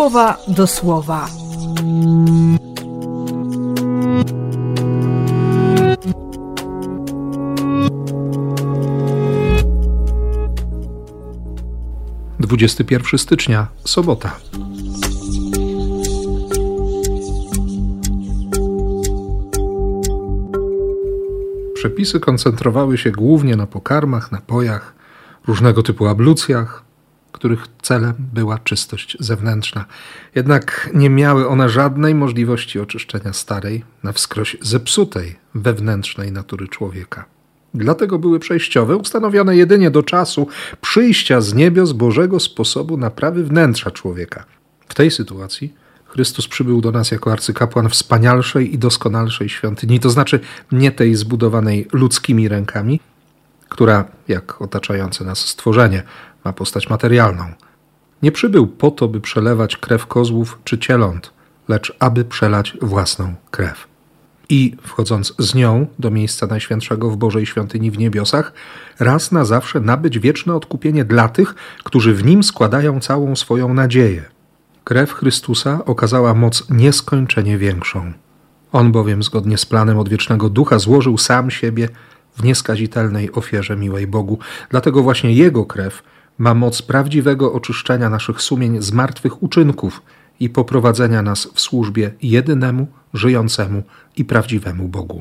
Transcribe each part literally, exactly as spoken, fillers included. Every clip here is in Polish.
słowa do słowa. dwudziestego pierwszego stycznia, sobota. Przepisy koncentrowały się głównie na pokarmach, napojach, różnego typu ablucjach, których celem była czystość zewnętrzna. Jednak nie miały one żadnej możliwości oczyszczenia starej, na wskroś zepsutej, wewnętrznej natury człowieka. Dlatego były przejściowe, ustanowione jedynie do czasu przyjścia z niebios Bożego sposobu naprawy wnętrza człowieka. W tej sytuacji Chrystus przybył do nas jako arcykapłan wspanialszej i doskonalszej świątyni, to znaczy nie tej zbudowanej ludzkimi rękami, która, jak otaczające nas stworzenie, ma postać materialną. Nie przybył po to, by przelewać krew kozłów czy cieląt, lecz aby przelać własną krew. I, wchodząc z nią do miejsca najświętszego w Bożej świątyni w niebiosach, raz na zawsze nabyć wieczne odkupienie dla tych, którzy w nim składają całą swoją nadzieję. Krew Chrystusa okazała moc nieskończenie większą. On bowiem, zgodnie z planem odwiecznego Ducha, złożył sam siebie w nieskazitelnej ofierze miłej Bogu. Dlatego właśnie Jego krew ma moc prawdziwego oczyszczenia naszych sumień z martwych uczynków i poprowadzenia nas w służbie jedynemu, żyjącemu i prawdziwemu Bogu.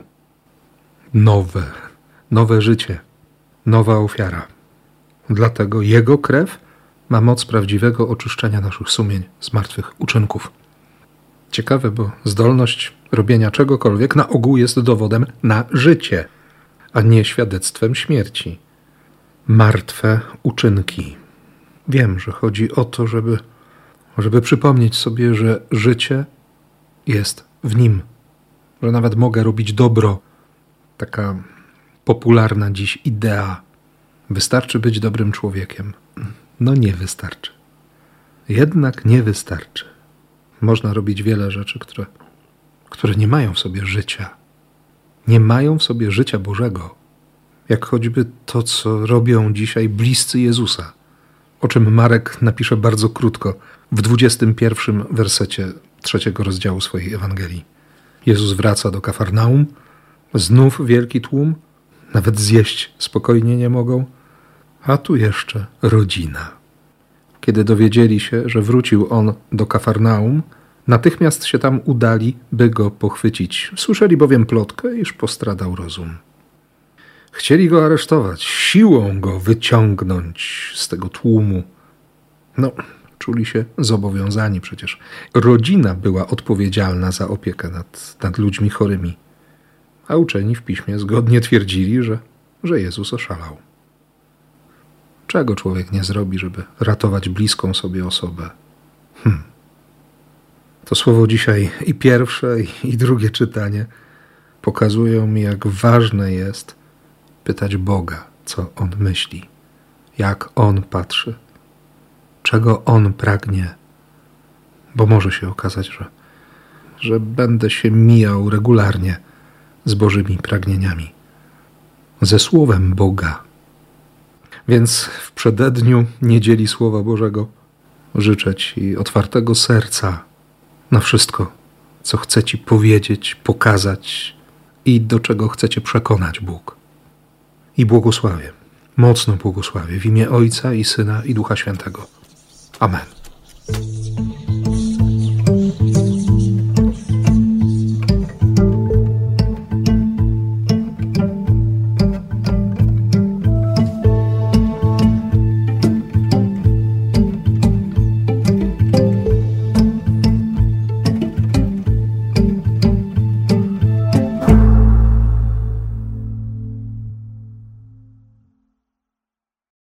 Nowe, nowe życie, nowa ofiara. Dlatego Jego krew ma moc prawdziwego oczyszczenia naszych sumień z martwych uczynków. Ciekawe, bo zdolność robienia czegokolwiek na ogół jest dowodem na życie, a nie świadectwem śmierci. Martwe uczynki. Wiem, że chodzi o to, żeby, żeby przypomnieć sobie, że życie jest w Nim, że nawet mogę robić dobro. Taka popularna dziś idea. Wystarczy być dobrym człowiekiem. No nie wystarczy. Jednak nie wystarczy. Można robić wiele rzeczy, które, które nie mają w sobie życia. Nie mają w sobie życia Bożego. Jak choćby to, co robią dzisiaj bliscy Jezusa. O czym Marek napisze bardzo krótko w dwudziestym pierwszym wersecie trzeciego rozdziału swojej Ewangelii. Jezus wraca do Kafarnaum. Znów wielki tłum. Nawet zjeść spokojnie nie mogą. A tu jeszcze rodzina. Kiedy dowiedzieli się, że wrócił on do Kafarnaum, natychmiast się tam udali, by go pochwycić. Słyszeli bowiem plotkę, iż postradał rozum. Chcieli go aresztować, siłą go wyciągnąć z tego tłumu. No, czuli się zobowiązani przecież. Rodzina była odpowiedzialna za opiekę nad, nad ludźmi chorymi. A uczeni w piśmie zgodnie twierdzili, że, że Jezus oszalał. Czego człowiek nie zrobi, żeby ratować bliską sobie osobę? Hm. To słowo dzisiaj i pierwsze, i drugie czytanie pokazują mi, jak ważne jest pytać Boga, co On myśli, jak On patrzy, czego On pragnie, bo może się okazać, że, że będę się mijał regularnie z Bożymi pragnieniami, ze Słowem Boga. Więc w przededniu niedzieli Słowa Bożego życzę Ci otwartego serca na wszystko, co chce Ci powiedzieć, pokazać i do czego chce Cię przekonać Bóg. I błogosławię, mocno błogosławię w imię Ojca i Syna i Ducha Świętego. Amen.